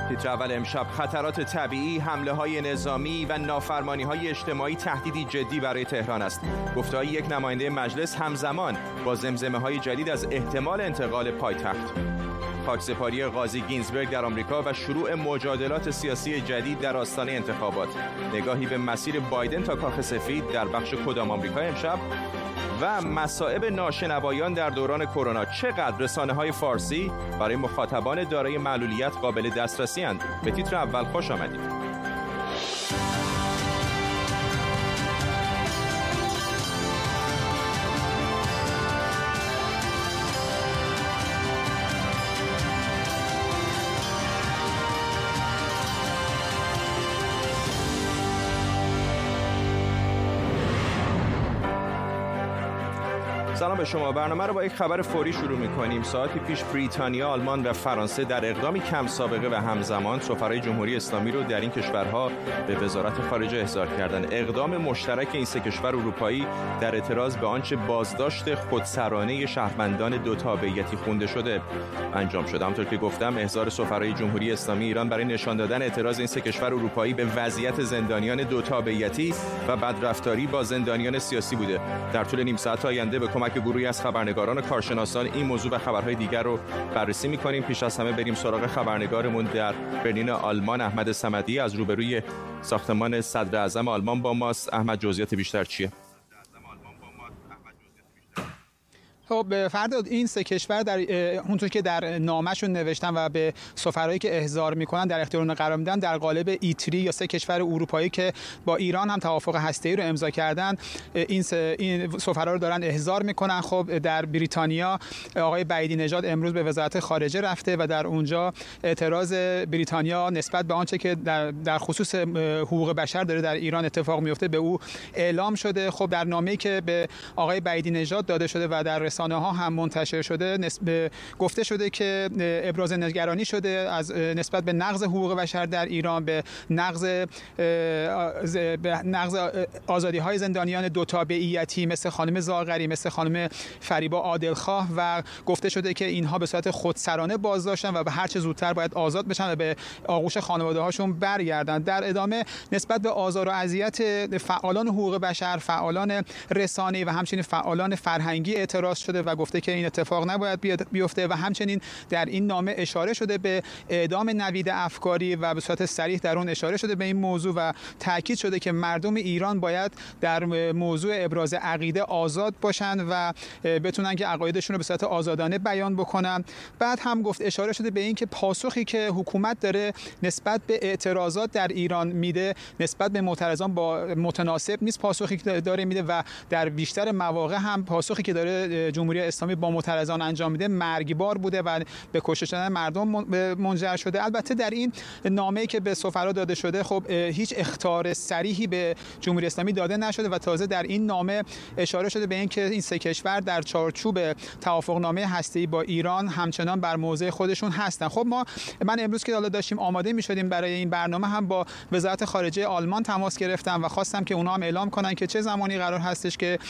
تیتر اول امشب: خطرات طبیعی، حمله‌های نظامی و نافرمانی‌های اجتماعی تهدیدی جدی برای تهران است. گفته‌های یک نماینده مجلس همزمان با زمزمه‌های جدید از احتمال انتقال پایتخت. خاکسپاری قاضی گینزبرگ در آمریکا و شروع مجادلات سیاسی جدید در آستانه انتخابات. نگاهی به مسیر بایدن تا کاخ سفید در بخش کدام آمریکا امشب. و مصائب ناشنوایان در دوران کرونا. چقدر رسانه‌های فارسی برای مخاطبان دارای معلولیت قابل دسترسی اند؟ به تیتر اول خوش آمدید. سلام به شما. برنامه رو با یک خبر فوری شروع می‌کنیم. ساعتی پیش بریتانیا، آلمان و فرانسه در اقدامی کم سابقه و همزمان سفرای جمهوری اسلامی رو در این کشورها به وزارت خارجه احضار کردند. اقدام مشترک این سه کشور اروپایی در اعتراض به آنچه بازداشت خودسرانه شهروندان دو تابعیتی خونده شده انجام شد. همونطور که گفتم، احضار سفرای جمهوری اسلامی ایران برای نشان دادن اعتراض این سه کشور اروپایی به وضعیت زندانیان دو تابعیتی و بدرفتاری با زندانیان سیاسی بوده. در طول نیم ساعت آینده به کمک گروهی از خبرنگاران و کارشناسان این موضوع و خبرهای دیگر رو بررسی می‌کنیم. پیش از همه بریم سراغ خبرنگارمون در برلین آلمان، احمد صمدی از روبروی ساختمان صدر اعظم آلمان با ماست. احمد، جزئیات بیشتر چیه؟ خب فرداد، این سه کشور در اونطور که در نامه‌شون نوشتن و به سفرایی که احضار میکنن در اختیار اون قرار میدن، در قالب ایتری یا سه کشور اروپایی که با ایران هم توافق هسته‌ای رو امضا کردن، این سفرا رو دارن احضار میکنن. خب در بریتانیا آقای بعیدی نژاد امروز به وزارت خارجه رفته و در اونجا اعتراض بریتانیا نسبت به آنچه که در خصوص حقوق بشر داره در ایران اتفاق میفته به او اعلام شده. خب در نامه‌ای که به آقای بعیدی نژاد داده شده و در رسانه‌ها هم منتشر شده گفته شده که ابراز نگرانی شده از نسبت به نقض حقوق بشر در ایران، به نقض آزادی‌های زندانیان دو تابعیتی مثل خانم زاغری، مثل خانم فریبا عادلخواه، و گفته شده که اینها به صورت خودسرانه بازداشتن و به هر چه زودتر باید آزاد بشن و به آغوش خانواده‌هاشون برگردن. در ادامه نسبت به آزار و اذیت فعالان حقوق بشر، فعالان رسانه‌ای و همچنین فعالان فرهنگی اعتراض شده و گفته که این اتفاق نباید بیفته و همچنین در این نامه اشاره شده به اعدام نوید افکاری و به صورت صریح در اون اشاره شده به این موضوع و تاکید شده که مردم ایران باید در موضوع ابراز عقیده آزاد باشن و بتونن که عقایدشون رو به صورت آزادانه بیان بکنن. بعد هم گفت اشاره شده به این که پاسخی که حکومت داره نسبت به اعتراضات در ایران میده نسبت به معترضان با متناسب نیست. پاسخی که داره میده و در بیشتر مواقع هم پاسخی که داره جمهوری اسلامی با معترضان انجام میده مرگبار بوده و به کشته شدن مردم منجر شده. البته در این نامه‌ای که به سفرا داده شده خب هیچ اخطار صریحی به جمهوری اسلامی داده نشده و تازه در این نامه اشاره شده به اینکه این سه کشور در چارچوب توافقنامه هسته‌ای با ایران همچنان بر موضع خودشون هستن. خب من امروز که حالا داشتیم آماده می‌شدیم برای این برنامه هم با وزارت خارجه آلمان تماس گرفتم و خواستم که اونها هم اعلام کنن که چه زمانی قرار هستش که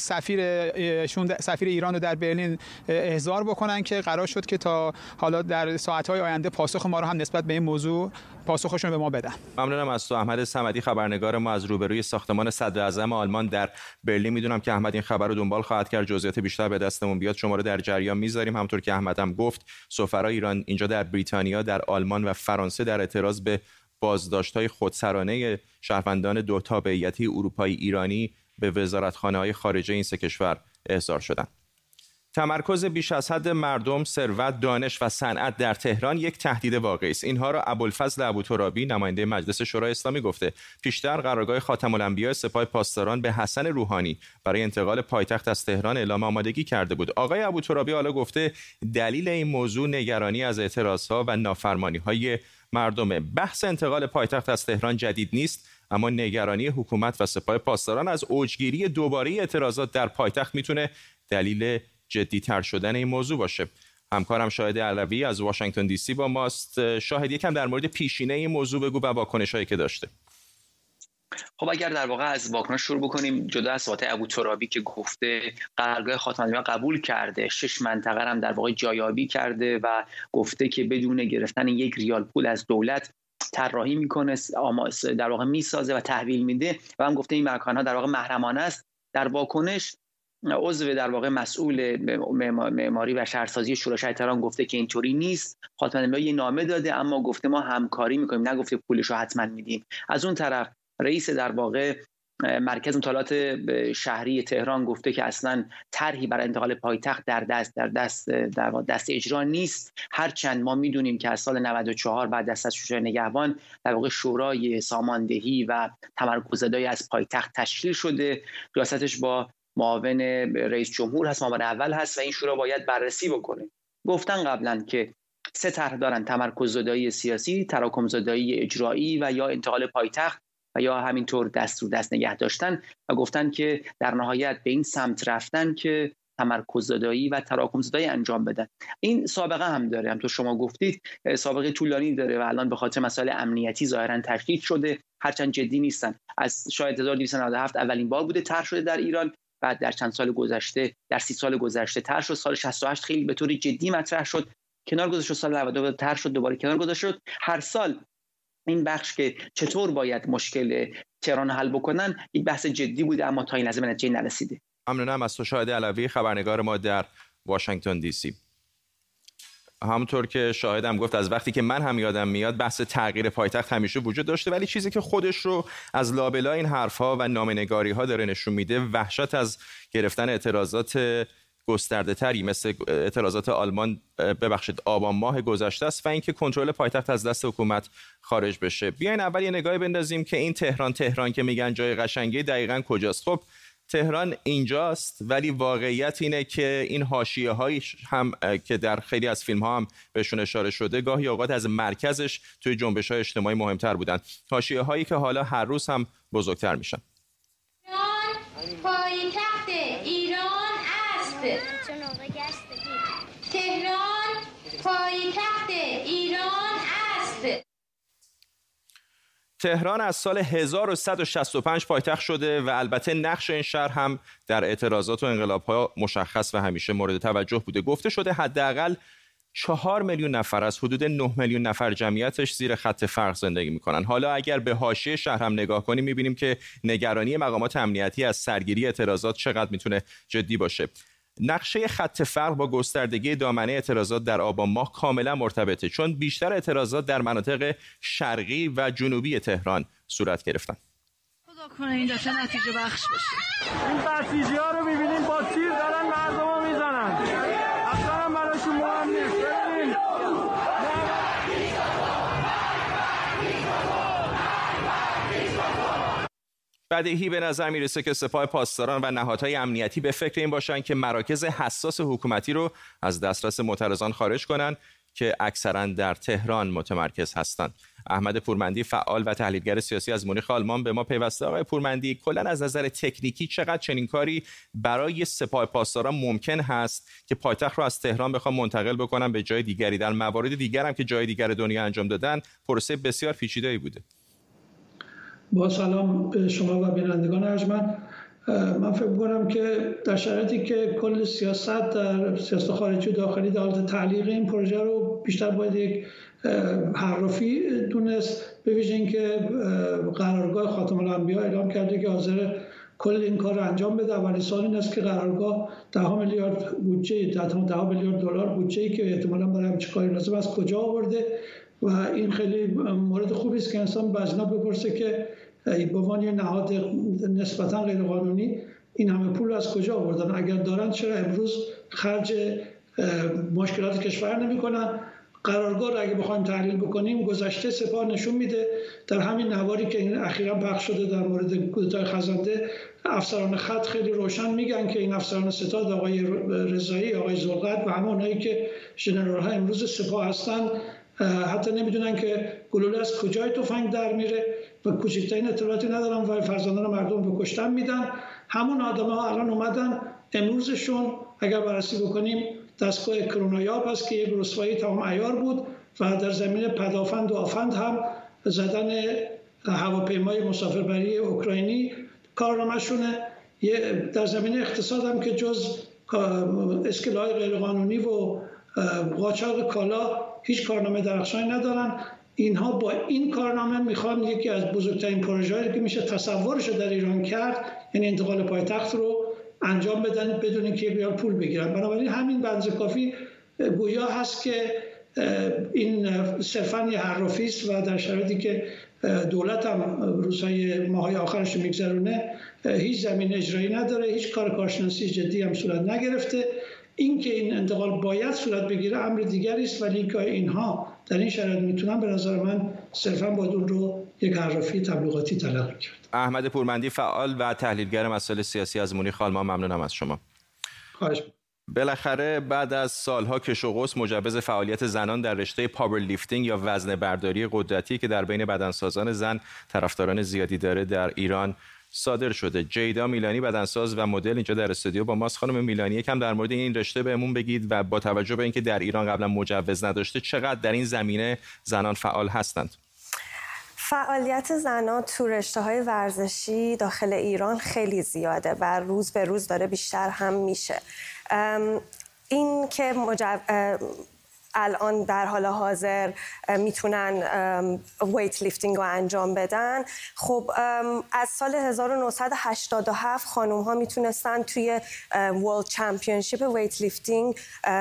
سفیر ایران رو در برلین احضار بکنن، که قرار شد که تا حالا در ساعت‌های آینده پاسخ ما رو هم نسبت به این موضوع پاسخشون به ما بدن. ممنونم از تو احمد صمدی، خبرنگار ما از روبروی ساختمان صدر اعظم آلمان در برلین. میدونم که احمد این خبر رو دنبال خواهد کرد، جزئیات بیشتر به دستمون بیاد شما رو در جریان میذاریم. همونطور که احمد هم گفت، سفرای ایران اینجا در بریتانیا، در آلمان و فرانسه در اعتراض به بازداشت‌های خودسرانه شهروندان دو تابعیتی اروپایی ایرانی به وزارتخانه‌های خارجه این سه کشور احضار شدند. تمرکز بیش از حد مردم، ثروت، دانش و صنعت در تهران یک تهدید واقعی است. اینها را ابوالفضل ابوترابی، نماینده مجلس شورای اسلامی گفته. پیشتر قرارگاه خاتم الانبیاء سپاه پاسداران به حسن روحانی برای انتقال پایتخت از تهران اعلام آمادگی کرده بود. آقای ابوترابی حالا گفته دلیل این موضوع نگرانی از اعتراضها و نافرمانی‌های مردمه. بحث انتقال پایتخت از تهران جدید نیست، اما نگرانی حکومت و سپاه پاسداران از اوجگیری دوباره اعتراضات در پایتخت میتونه دلیل جدی‌تر شدن این موضوع باشه. همکارم شاهد علوی از واشنگتن دی سی با ماست. شاهد، یکم در مورد پیشینه این موضوع بگو و واکنش‌هایی که داشته. خب اگر در واقع از واکنش شروع بکنیم، جدا از صحبت ابوترابی که گفته قرارگاه خاتم الانبیا قبول کرده، 6 منطقه هم در واقع جایابی کرده و گفته که بدون گرفتن 1 ریال پول از دولت طراحی میکنه، در واقع میسازه و تحویل میده و هم گفته این مکانها در واقع محرمانه است. در واکنش عضو در واقع مسئول معماری و شهرسازی شورای شهر تهران گفته که اینطوری نیست، خاتم الانبیا یه نامه داده اما گفته ما همکاری میکنیم، نگفته پولشو حتما میدیم. از اون طرف رئیس در واقع مرکز مطالعات شهری تهران گفته که اصلا طرحی برای انتقال پایتخت در دست اجرا نیست، هرچند ما میدونیم که از سال 94 بعد از شورای نگهبان در واقع شورای ساماندهی و تمرکزداری از پایتخت تشکیل شده، ریاستش با معاون رئیس جمهور هست، معاون اول هست و این شورا باید بررسی بکنه. گفتن قبلا که 3 طرح دارن: تمرکزداری سیاسی، تراکم‌زدایی اجرایی و یا انتقال پایتخت و یا همینطور دست رو دست نگه داشتن و گفتن که در نهایت به این سمت رفتن که تمرکززدایی و تراکم‌زدایی انجام بدن. این سابقه هم داره، همونطور شما گفتید سابقه طولانی داره و الان به خاطر مسائل امنیتی ظاهرا تشدید شده، هرچند جدی نیستن. از شاید 1297 اولین بار بوده طرح شده در ایران، بعد در چند سال گذشته، در 30 سال گذشته طرح شد، سال 68 خیلی به طور جدی مطرح شد، کنار گذاشت، سال 92 طرح شد، دوباره کنار گذاشت شد. هر سال این بخش که چطور باید مشکل تهران حل بکنن یک بحث جدی بوده اما تا این لحظه به نتیجه نرسیده. ممنونم از تو شاهد علوی، خبرنگار ما در واشنگتن دی سی. همونطور که شاهدم گفت از وقتی که من هم یادم میاد بحث تغییر پایتخت همیشه وجود داشته، ولی چیزی که خودش رو از لابلای این حرفها و نامه‌نگاری‌ها داره نشون میده وحشت از گرفتن اعتراضات گسترده تری مثل اعتراضات آلمان آبان ماه گذشته است و اینکه کنترل پایتخت از دست حکومت خارج بشه. بیاین اول یه نگاهی بندازیم که این تهران که میگن جای قشنگی دقیقاً کجاست. خب تهران اینجاست، ولی واقعیت اینه که این حاشیه‌هایی هم که در خیلی از فیلم‌ها هم بهشون اشاره شده گاهی اوقات از مرکزش توی جنبش‌های اجتماعی مهمتر بودن، حاشیه‌هایی که حالا هر روز هم بزرگتر میشن. پایتخت ایران است. تهران پایتخت ایران است. تهران از سال 1165 پایتخت شده و البته نقش این شهر هم در اعتراضات و انقلاب‌ها مشخص و همیشه مورد توجه بوده. گفته شده حداقل 4 میلیون نفر از حدود 9 میلیون نفر جمعیتش زیر خط فقر زندگی میکنن. حالا اگر به حاشیه شهر هم نگاه کنیم میبینیم که نگرانی مقامات امنیتی از سرگیری اعتراضات چقدر میتونه جدی باشه. نقشه خط فقر با گستردگی دامنه اعتراضات در آبان ماه کاملا مرتبطه، چون بیشتر اعتراضات در مناطق شرقی و جنوبی تهران صورت گرفتن. خدا کنه این دفعه نتیجه بخش بشه. این بسیجی‌ها رو می‌بینیم با تیر دارن مردمو میزنن. اصلا هم براشون مهم نیست. بدیهی به نظر میرسه که سپاه پاسداران و نهادهای امنیتی به فکر این باشن که مراکز حساس حکومتی رو از دسترس معترضان خارج کنن که اکثرا در تهران متمرکز هستند. احمد پورمندی، فعال و تحلیلگر سیاسی از مونیخ آلمان، به ما پیوسته. آقای پورمندی، کلا از نظر تکنیکی چقدر چنین کاری برای سپاه پاسداران ممکن هست که پایتخت رو از تهران بخوام منتقل بکنن به جای دیگری؟ در موارد دیگر هم که جای دیگر دنیا انجام دادن پروسه بسیار پیچیده‌ای بوده. با سلام به شما و بینندگان ارجمند. من فکر می‌کنم که در شرایطی که کل سیاست در سیاست خارجی و داخلی در حالت تعلیق این پروژه رو بیشتر باید یک حرفی دونست، به ویژه اینکه قرارگاه خاتم الانبیا اعلام کرده که حاضر کل این کار رو انجام بده. ولی سوال این است که قرارگاه 10 میلیارد بودجه، 10 میلیارد دلار بودجه‌ای که احتمالاً برای همچین کاری لازم است کجا آورده؟ و این خیلی مورد خوبی است که انسان بعضی‌ها بپرسه که به عنوان یه نهاد نسبتاً غیر قانونی این همه پول از کجا آوردن؟ اگر دارن چرا امروز خرج مشکلات کشور نمی‌کنن؟ قرارگاه را اگه بخوایم تحلیل بکنیم، گذشته سپاه نشون میده در همین نواری که این اخیراً پخش شده در مورد کودتای خزنده، افسران خط خیلی روشن میگن که این افسران ستاد، آقای رضایی، آقای ذوالقدر و همه اونایی که ژنرال‌ها امروز سپاه هستن، حتی نمیدونن که گلوله از کجای تفنگ در میره و کوچکترین اطلاعاتی ندارن و فرزندان مردم به کشتن میدن. همون آدم‌ها الان اومدن امروزشون اگر بررسی بکنیم دستگاه کرونایاب هست که یک رسوایی تمام عیار بود و در زمین پدافند و آفند هم زدن هواپیمای مسافربری اوکراینی کارنامه‌شونه. در زمینه اقتصاد هم که جز اسکل‌های غیرقانونی و قاچاق کالا هیچ کارنامه درخشانی ندارن. اینها با این کارنامه میخوان یکی از بزرگترین پروژه‌هایی که میشه تصورش رو در ایران کرد، یعنی انتقال پایتخت رو انجام بدن بدون اینکه یک ریال پول بگیرن. بنابراین همین بنز کافی گویا هست که این صرفاً یه حرافی است و در شرایطی که دولت هم روزهای ماهای آخرش میگذرونه هیچ زمین اجرایی نداره، هیچ کار کارشناسی جدی هم صورت نگرفته. اینکه این انتقال باید صورت بگیره امر دیگری است، ولی اینکه اینها در این شرایط میتونن، به نظر من صرفاً باید اون رو یک حرافی تبلیغاتی تلقی کرد. احمد پورمندی، فعال و تحلیلگر مسائل سیاسی از مونیخ آلمان، ممنونم از شما. خواهش می‌کنم. بالاخره بعد از سالها کش و قوس مجوز فعالیت زنان در رشته پاور لیفتینگ یا وزنه برداری قدرتی که در بین بدنسازان زن طرفداران زیادی داره در ایران صادر شده. جیدا میلانی بدنساز و مدل اینجا در استودیو با ماست. خانم میلانی، یکم در مورد این رشته بهمون بگید و با توجه به اینکه در ایران قبلا مجوز نداشته چقدر در این زمینه زنان فعال هستند؟ فعالیت زنان تو رشته‌های ورزشی داخل ایران خیلی زیاده و روز به روز داره بیشتر هم میشه. این که الان در حال حاضر میتونن ویت لیفتینگ رو انجام بدن، خب از سال 1987 خانوم ها میتونستن توی ورلد چمپیونشیپ ویت لیفتینگ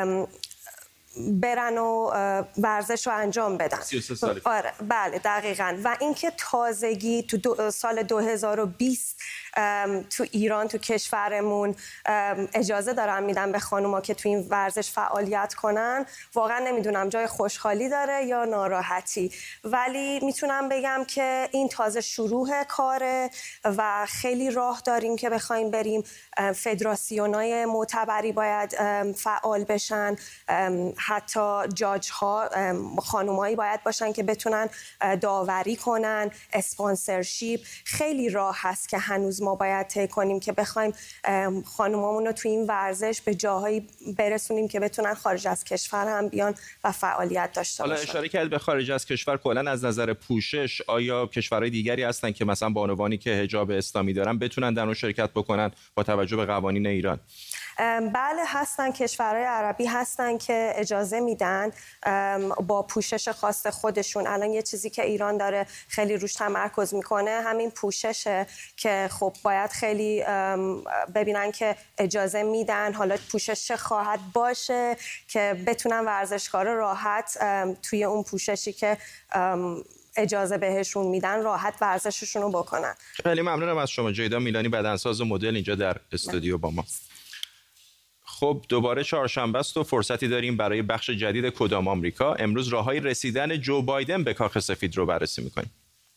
برن و ورزش رو انجام بدن. 33 ساله. آره بله دقیقاً. و اینکه تازگی تو سال 2020 تو ایران تو کشورمون اجازه دارن میدن به خانوما که تو این ورزش فعالیت کنن، واقعا نمیدونم جای خوشحالی داره یا ناراحتی، ولی میتونم بگم که این تازه شروع کاره و خیلی راه داریم که بخوایم بریم. فدراسیونای معتبری باید فعال بشن، حتی جاج ها خانومایی باید باشن که بتونن داوری کنن، اسپانسرشیپ. خیلی راه هست که هنوز ما باید طی کنیم که بخوایم خانومامون رو تو این ورزش به جاهایی برسونیم که بتونن خارج از کشور هم بیان و فعالیت داشته باشن. حالا اشاره کرد به خارج از کشور. کلا از نظر پوشش آیا کشورهای دیگری هستن که مثلا بانوانی که حجاب اسلامی دارن بتونن در اون شرکت بکنن با توجه به قوانین ایران؟ بله هستن، کشورهای عربی هستن که اجازه میدن با پوشش خاص خودشون. الان یه چیزی که ایران داره خیلی روش تمرکز میکنه همین پوششه که خب باید خیلی ببینن که اجازه میدن حالا پوشش چه خواهد باشه که بتونن ورزشکارا راحت توی اون پوششی که اجازه بهشون میدن راحت ورزششون رو بکنن. خیلی ممنونم از شما. جیدا میلانی بدنساز و مدل اینجا در استودیو با ما. خب دوباره چهارشنبه است و فرصتی داریم برای بخش جدید کدام آمریکا. امروز راههای رسیدن جو بایدن به کاخ سفید رو بررسی می‌کنیم.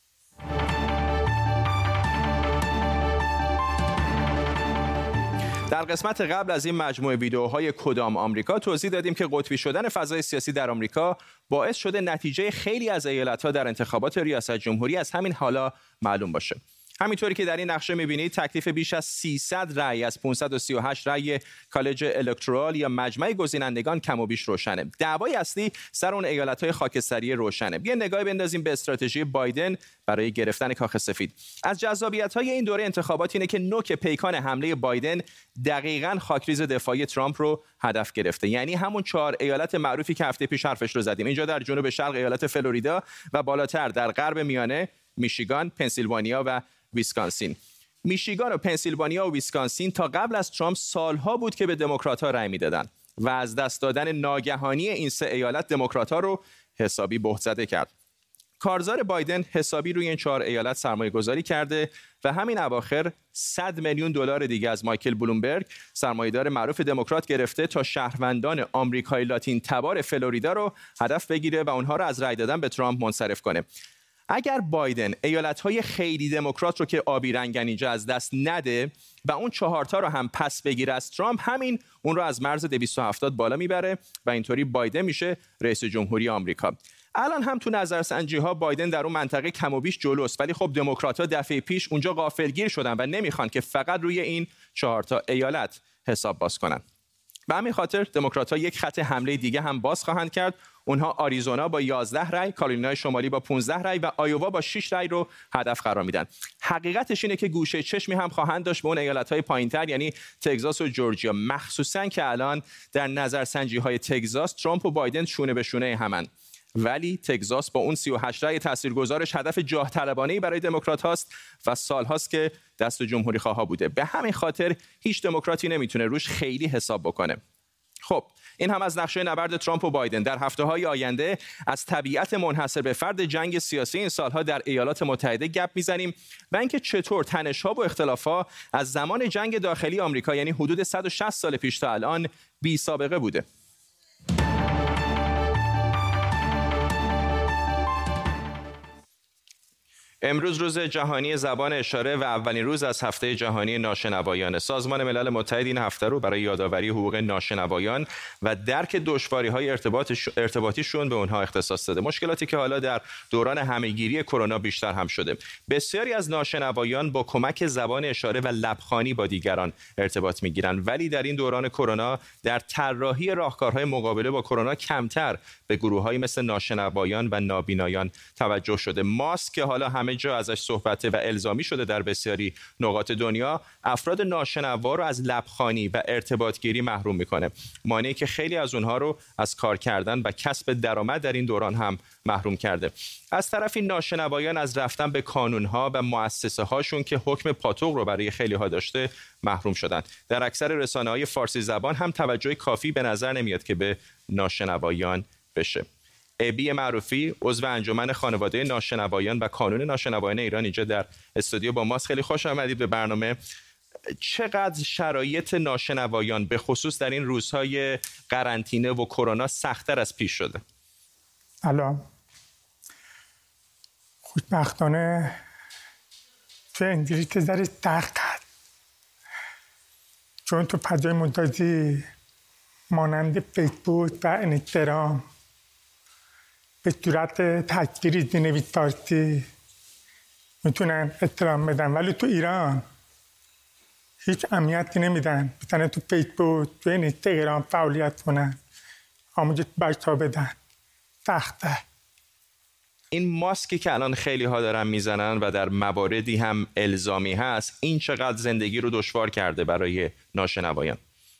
در قسمت قبل از این مجموعه ویدیوهای کدام آمریکا توضیح دادیم که قطبی شدن فضای سیاسی در آمریکا باعث شده نتیجه خیلی از ایالت‌ها در انتخابات ریاست جمهوری از همین حالا معلوم باشه. همینطوری که در این نقشه می‌بینید تکلیف بیش از 300 رأی از 538 رأی کالج الکترال یا مجمع گزینندگان کم و بیش روشنه. دعوای اصلی سر اون ایالت‌های خاکستری روشنه. بیا نگاهی بندازیم به استراتژی بایدن برای گرفتن کاخ سفید. از جذابیت‌های این دوره انتخابات اینه که نوک پیکان حمله بایدن دقیقاً خاکریز دفاعی ترامپ رو هدف گرفته. یعنی همون 4 ایالت معروفی که هفته پیش حرفش رو زدیم. اینجا در جنوب شرق ایالت فلوریدا و بالاتر در غرب میانه میشیگان، پنسیلوانیا و ویسکانسین. میشیگان و پنسیلوانیا و ویسکانسین تا قبل از ترامپ سالها بود که به دموکرات‌ها رأی میدادن و از دست دادن ناگهانی این 3 ایالت دموکرات‌ها رو حسابی بهت‌زده کرد. کارزار بایدن حسابی روی این 4 ایالت سرمایه‌گذاری کرده و همین اواخر 100 میلیون دلار دیگه از مایکل بلومبرگ سرمایه‌دار معروف دموکرات گرفته تا شهروندان آمریکای لاتین تبار فلوریدا رو هدف بگیره و اونها رو از رأی دادن به ترامپ منصرف کنه. اگر بایدن ایالت‌های خیلی دموکرات رو که آبی رنگن اینجا از دست نده و اون 4 تا رو هم پس بگیره از ترامپ، همین اون رو از مرز 270 بالا میبره و اینطوری بایدن میشه رئیس جمهوری آمریکا. الان هم تو نظرسنجی‌ها بایدن در اون منطقه کم و بیش جلوست، ولی خب دموکرات‌ها دفعه پیش اونجا غافلگیر شدن و نمیخوان که فقط روی این 4 تا ایالت حساب باز کنن. به همین خاطر دموکرات‌ها یک خط حمله دیگه هم باز خواهند کرد. اونها آریزونا با 11 رأی، کارولینای شمالی با 15 رأی و آیووا با 6 رأی رو هدف قرار میدن. حقیقتش اینه که گوشه چشمی هم خواهند داشت به اون ایالت‌های پایین‌تر، یعنی تگزاس و جورجیا، مخصوصاً که الان در نظرسنجی‌های تگزاس ترامپ و بایدن شونه به شونه همن. ولی تگزاس با اون 38 رأی تاثیرگذارش هدف جاه طلبانه‌ای برای دموکرات هاست و سال‌هاست که دست جمهوری خواها بوده. به همین خاطر هیچ دموکراتی نمیتونه روش خیلی حساب بکنه. خب این هم از نقشه نبرد ترامپ و بایدن. در هفته‌های آینده از طبیعت منحصر به فرد جنگ سیاسی این سالها در ایالات متحده گپ میزنیم و اینکه چطور تنش‌ها و اختلاف‌ها از زمان جنگ داخلی آمریکا، یعنی حدود 160 سال پیش تا الان، بی سابقه بوده. امروز روز جهانی زبان اشاره و اولین روز از هفته جهانی ناشنوایان. سازمان ملل متحد این هفته رو برای یادآوری حقوق ناشنوایان و درک دشواری‌های ارتباطیشون به اونها اختصاص داده. مشکلاتی که حالا در دوران همه‌گیری کرونا بیشتر هم شده. بسیاری از ناشنوایان با کمک زبان اشاره و لبخوانی با دیگران ارتباط می‌گیرند، ولی در این دوران کرونا در طراحی راهکارهای مقابله با کرونا کمتر به گروه‌هایی مثل ناشنوایان و نابینایان توجه شده. ماسک که حالا همه جا ازش صحبته و الزامی شده در بسیاری نقاط دنیا، افراد ناشنوا رو از لبخوانی و ارتباطگیری محروم میکنه، مانعی که خیلی از اونها رو از کار کردن و کسب درآمد در این دوران هم محروم کرده. از طرفی ناشنوایان از رفتن به کانونها و مؤسسه هاشون که حکم پاتوق رو برای خیلی ها داشته محروم شدن. در اکثر رسانه‌های فارسی زبان هم توجه کافی به نظر نمیاد که به ناشنوایان بشه. ابی معروفی، عضو انجمن خانواده ناشنوایان و کانون ناشنوایان ایران، اینجا در استودیو با ماست. خیلی خوش آمدید به برنامه. چقدر شرایط ناشنوایان به خصوص در این روزهای قرنطینه و کرونا سخت‌تر از پیش شده؟ سلام. خوشبختانه تو انگلیس که ذره سخت هست، چون تو فضای مجازی مانند فیسبوک و اینستاگرام به صورت تصویری زیرنویس فارسی میتونن اطلاع بدن، ولی تو ایران هیچ اهمیتی نمیدن. مثلا تو فیسبوک، تو اینستاگرام فعالیت کنن، آموزش بچه‌ها بدن. سخته. این ماسکی که الان خیلی ها دارن میزنن و در مواردی هم الزامی هست، این چقدر زندگی رو دشوار کرده برای ناشنوایان؟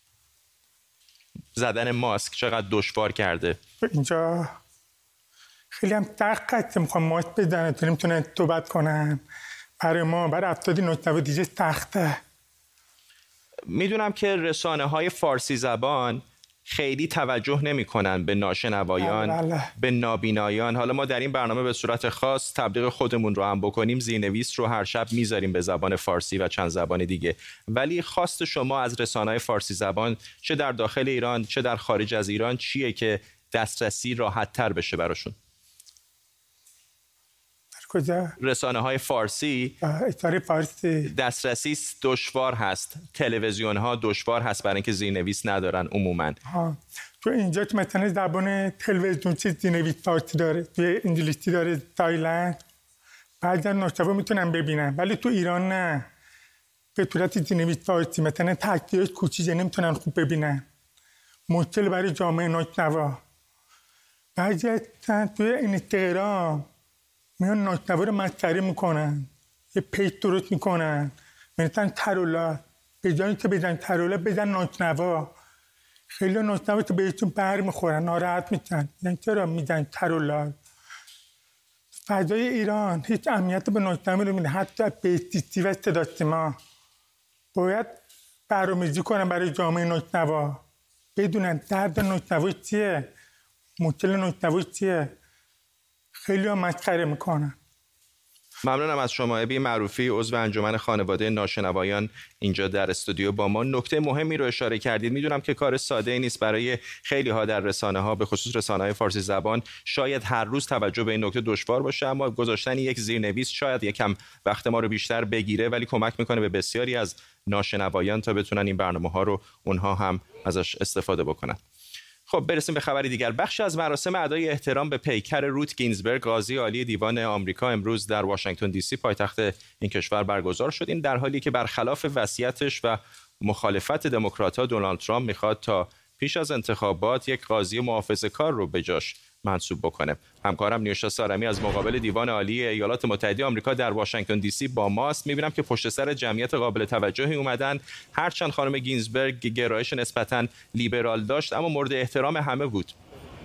زدن ماسک چقدر دشوار کرده؟ اینجا خیلی هم سخت هست، میخوام ماسک بزنن تا نمیتونن صحبت کنن. برای ما، برای افرادی ناشنوا دیگه سخته. میدونم که رسانه‌های فارسی زبان خیلی توجه نمی‌کنن به ناشنوایان، به نابینایان. حالا ما در این برنامه به صورت خاص تبلیغ خودمون رو هم بکنیم، زیرنویس رو هر شب میذاریم به زبان فارسی و چند زبان دیگه. ولی خواست شما از رسانه‌های فارسی زبان، چه در داخل ایران چه در خارج از ایران، چیه که دسترسی راحت‌تر بشه براشون؟ رسانه‌های فارسی دسترسی دشوار هست، تلویزیون‌ها دشوار هست برای اینکه زیرنویس ندارن عموماً. تو اینجا که مثلا زبان تلویزیون چیز زیرنویس فارسی داره، تو انگلیسی داره، تایلند، بعضی ناشنوا میتونن ببینن، ولی تو ایران نه. به صورت زیرنویس فارسی مثلا تصویرش کوچیکه نمیتونن خوب ببینن. مشکل برای جامعه ناشنوا. بعضی تو اینستاگرام میان ناشنوا رو مسخره میکنن، یه پیج درست میکنن، مثلا ترولات، به جایی که بزن ترولات بزن ناشنوا. خیلی ناشنوا که بهشون بر میخورن، ناراحت میشن، یعنی چرا میزن ترولات؟ فضای ایران هیچ اهمیت به ناشنوا نمیده، حتی به سیستی و صدا سیما. باید برنامه‌ریزی کنن برای جامعه ناشنوا، بدونن درد ناشنوا چیه، مشکل ناشنوا چیه. خیلی ها مسخره میکنن. ممنونم از شما ابی معروفی، عضو انجمن خانواده ناشنوایان، اینجا در استودیو با ما. نکته مهمی رو اشاره کردید. میدونم که کار ساده نیست برای خیلی ها در رسانه ها، به خصوص رسانه های فارسی زبان. شاید هر روز توجه به این نکته دشوار باشه، اما گذاشتن یک زیرنویس شاید یکم وقت ما رو بیشتر بگیره، ولی کمک میکنه به بسیاری از ناشنوایان تا بتونن این برنامه ها رو اونها هم ازش استفاده بکنن. خب برسیم به خبری دیگر. بخشی از مراسم ادای احترام به پیکر روت گینزبرگ، قاضی عالی دیوان آمریکا، امروز در واشنگتن دی سی پایتخت این کشور برگزار شد. این در حالی که برخلاف وصیتش و مخالفت دموکرات‌ها، دونالد ترامپ میخواد تا پیش از انتخابات یک قاضی محافظه‌کار رو به جاش منصوب بکنه. همکارم نیوشا سارمی از مقابل دیوان عالی ایالات متحده آمریکا در واشنگتن دی سی با ماست. می‌بینم که پشت سر جمعیت قابل توجهی اومدن. هرچند خانم گینزبرگ گرایش نسبتاً لیبرال داشت اما مورد احترام همه بود.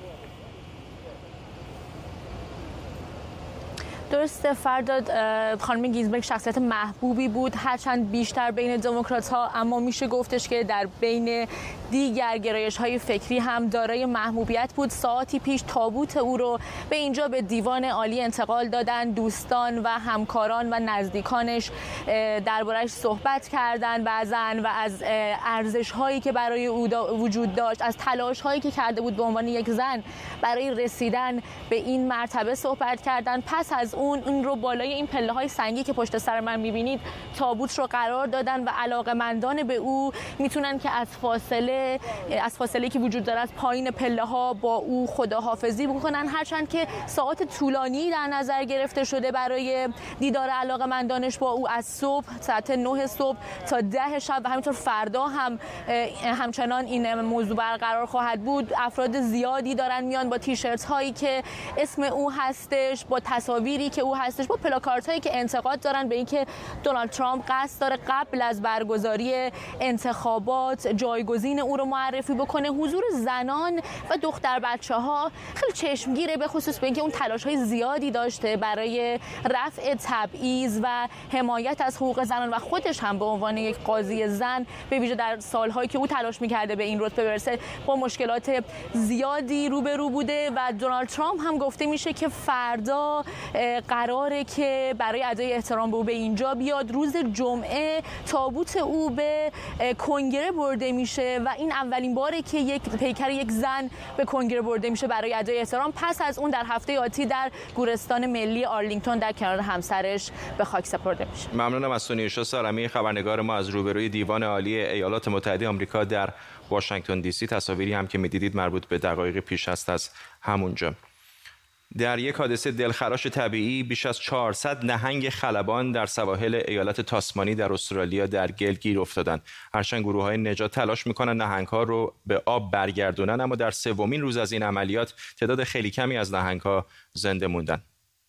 درسته فرداد، خانم گینزبرگ شخصیت محبوبی بود، هرچند بیشتر بین دموکرات‌ها، اما میشه گفتش که در بین دیگر گرایش‌های فکری هم دارای محبوبیت بود. ساعتی پیش تابوت او رو به اینجا به دیوان عالی انتقال دادن. دوستان و همکاران و نزدیکانش درباره‌اش صحبت کردن بعضن و از ارزش‌هایی که برای او وجود داشت، از تلاش‌هایی که کرده بود به عنوان یک زن برای رسیدن به این مرتبه صحبت کردن. پس از اون رو بالای این پله‌های سنگی که پشت سر من می‌بینید تابوت رو قرار دادن و علاقه‌مندان به او میتونن که از فاصله که وجود داره از پایین پله‌ها با او خداحافظی بکنن، هرچند که ساعات طولانی در نظر گرفته شده برای دیدار علاقه‌مندانش با او، از صبح ساعت 9 صبح تا 10 شب و همینطور فردا هم همچنان این موضوع برقرار خواهد بود. افراد زیادی دارن میان با تیشرت هایی که اسم او هستش، با تصاویری که او هستش، با پلاکارت هایی که انتقاد دارن به اینکه دونالد ترامپ قصد داره قبل از برگزاری انتخابات جایگزین او رو معرفی بکنه. حضور زنان و دختر بچه‌ها خیلی چشمگیره، به خصوص به اینکه اون تلاش‌های زیادی داشته برای رفع تبعیض و حمایت از حقوق زنان و خودش هم به عنوان یک قاضی زن به ویژه در سال‌هایی که او تلاش می‌کرده به این رتبه برسه با مشکلات زیادی روبرو بوده و دونالد ترامپ هم گفته میشه که فردا قراره که برای ادای احترام به او به اینجا بیاد. روز جمعه تابوت او به کنگره برده میشه و این اولین باره که یک پیکر یک زن به کنگره برده میشه برای ادای احترام. پس از اون در هفته آتی در گورستان ملی آرلینگتون در کنار همسرش به خاک سپرده میشه. ممنونم از نیوشا سارمی خبرنگار ما از روبروی دیوان عالی ایالات متحده آمریکا در واشنگتن دی سی. تصاویری هم که میدیدید مربوط به دقایق پیش است از همونجا. در یک حادثه دلخراش طبیعی بیش از 400 نهنگ خلبان در سواحل ایالت تاسمانی در استرالیا در گل گیر افتادند. هرچند گروه‌های نجات تلاش می‌کنند نهنگ‌ها رو به آب برگردونن، اما در سومین روز از این عملیات تعداد خیلی کمی از نهنگ‌ها زنده موندند.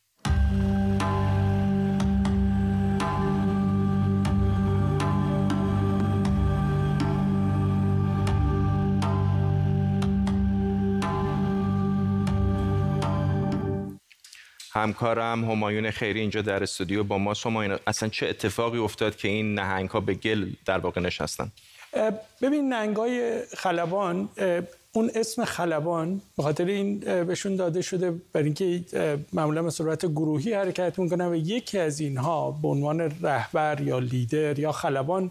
همکارم همایون خیری اینجا در استودیو با ما. همایون، اصلا چه اتفاقی افتاد که این نهنگ‌ها به گل در واقع نشستن؟ ببین، نهنگ‌های خلبان، اون اسم خلبان به خاطر این بهشون داده شده برای اینکه معمولا به صورت گروهی حرکت میکنن و یکی از اینها به عنوان رهبر یا لیدر یا خلبان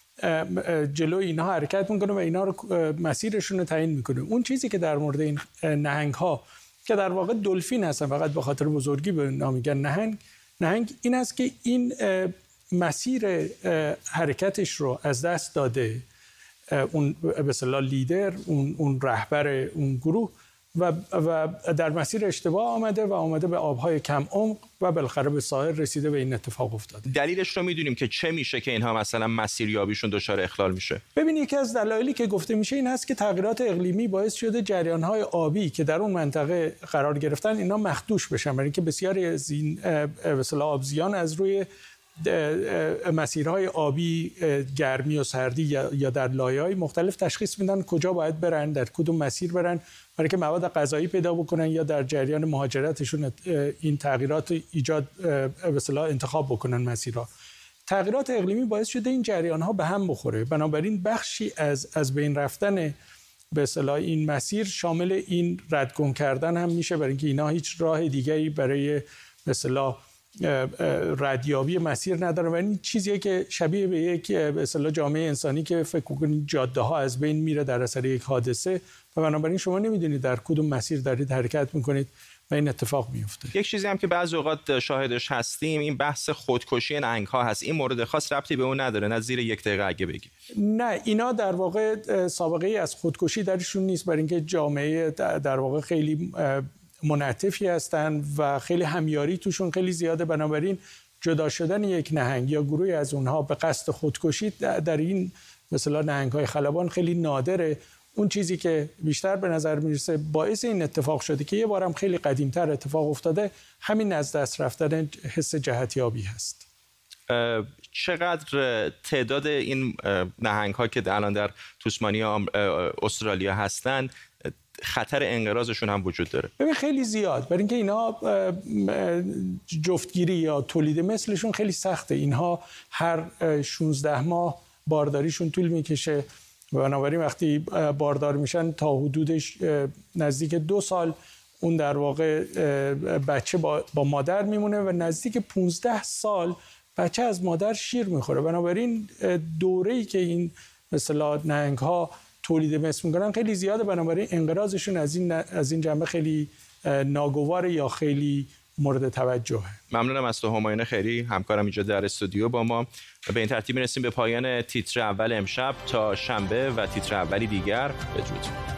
جلوی اینها حرکت میکنه و اینا رو مسیرشون رو تعیین میکنه. اون چیزی که در مورد این نهنگ‌ها که در واقع دلفین هستن، فقط به خاطر بزرگی به نام میگن نهنگ، این است که این مسیر حرکتش رو از دست داده اون به اصطلاح لیدر، اون رهبر اون گروه و در مسیر اشتباه آمده به آبهای کم عمق و بالاخره به ساحل رسیده. به این اتفاق افتاده. دلیلش رو میدونیم که چه میشه که اینها مثلا مسیریابیشون دچار اخلال میشه؟ ببین، یکی از دلایلی که گفته میشه این هست که تغییرات اقلیمی باعث شده جریان‌های آبی که در اون منطقه قرار گرفتن اینا مخدوش بشن، برای اینکه بسیاری از این به اصطلاح آبزیان از روی مسیرهای آبی، گرمی و سردی یا در لایه‌های مختلف تشخیص میدن کجا باید برن، در کدوم مسیر برن، برای که مواد غذایی پیدا بکنن یا در جریان مهاجرتشون این تغییرات ایجاد به اصطلاح انتخاب بکنن مسیرها. تغییرات اقلیمی باعث شده این جریان‌ها به هم بخوره، بنابراین بخشی از بین رفتن به اصطلاح این مسیر شامل این ردگم کردن هم میشه، برای اینکه اینا هیچ راه دیگری برای به اصطلاح ردیابی مسیر نداره و این چیزیه که شبیه به یک به اصطلاح جامعه انسانی که فکر کنید جاده ها از بین میره در اثر یک حادثه و بنابراین شما نمیدونید در کدوم مسیر دارید حرکت میکنید و این اتفاق میفته. یک چیزی هم که بعضی اوقات شاهدش هستیم این بحث خودکشی نهنگ ها هست. این مورد خاص ربطی به اون نداره؟ نه زیر یک دقیقه اگه بگی. نه، اینا در واقع سابقه ای از خودکشی درشون نیست، برای اینکه جامعه در واقع خیلی منعطفی هستن و خیلی همیاری توشون خیلی زیاده، بنابراین جدا شدن یک نهنگ یا گروهی از اونها به قصد خودکشی در این مثلا نهنگ‌های خلبان خیلی نادره. اون چیزی که بیشتر به نظر میرسه باعث این اتفاق شده که یه بارم خیلی قدیمتر اتفاق افتاده، همین از دست رفتن حس جهتیابی هست. چقدر تعداد این نهنگ ها که الان در توسمانی استرالیا هستن خطر انقراضشون هم وجود داره؟ ببین خیلی زیاد، برای اینکه اینا جفتگیری یا تولید مثلشون خیلی سخته. اینها هر 16 ماه بارداریشون طول میکشه و بنابراین وقتی باردار میشن تا حدودش نزدیک 2 سال اون در واقع بچه با مادر میمونه و نزدیک 15 سال بچه از مادر شیر میخوره. بنابراین دوره‌ای که این مثلا نهنگ‌ها تولید مثل میکنن خیلی زیاده، بنابراین انقراضشون از این جنبه خیلی ناگوار یا خیلی مورد توجهه. ممنونم از تو همایون خیری، همکارم اینجا در استودیو با ما. به این ترتیب میرسیم به پایان تیتر اول امشب. تا شنبه و تیتر اولی دیگر، بدرود.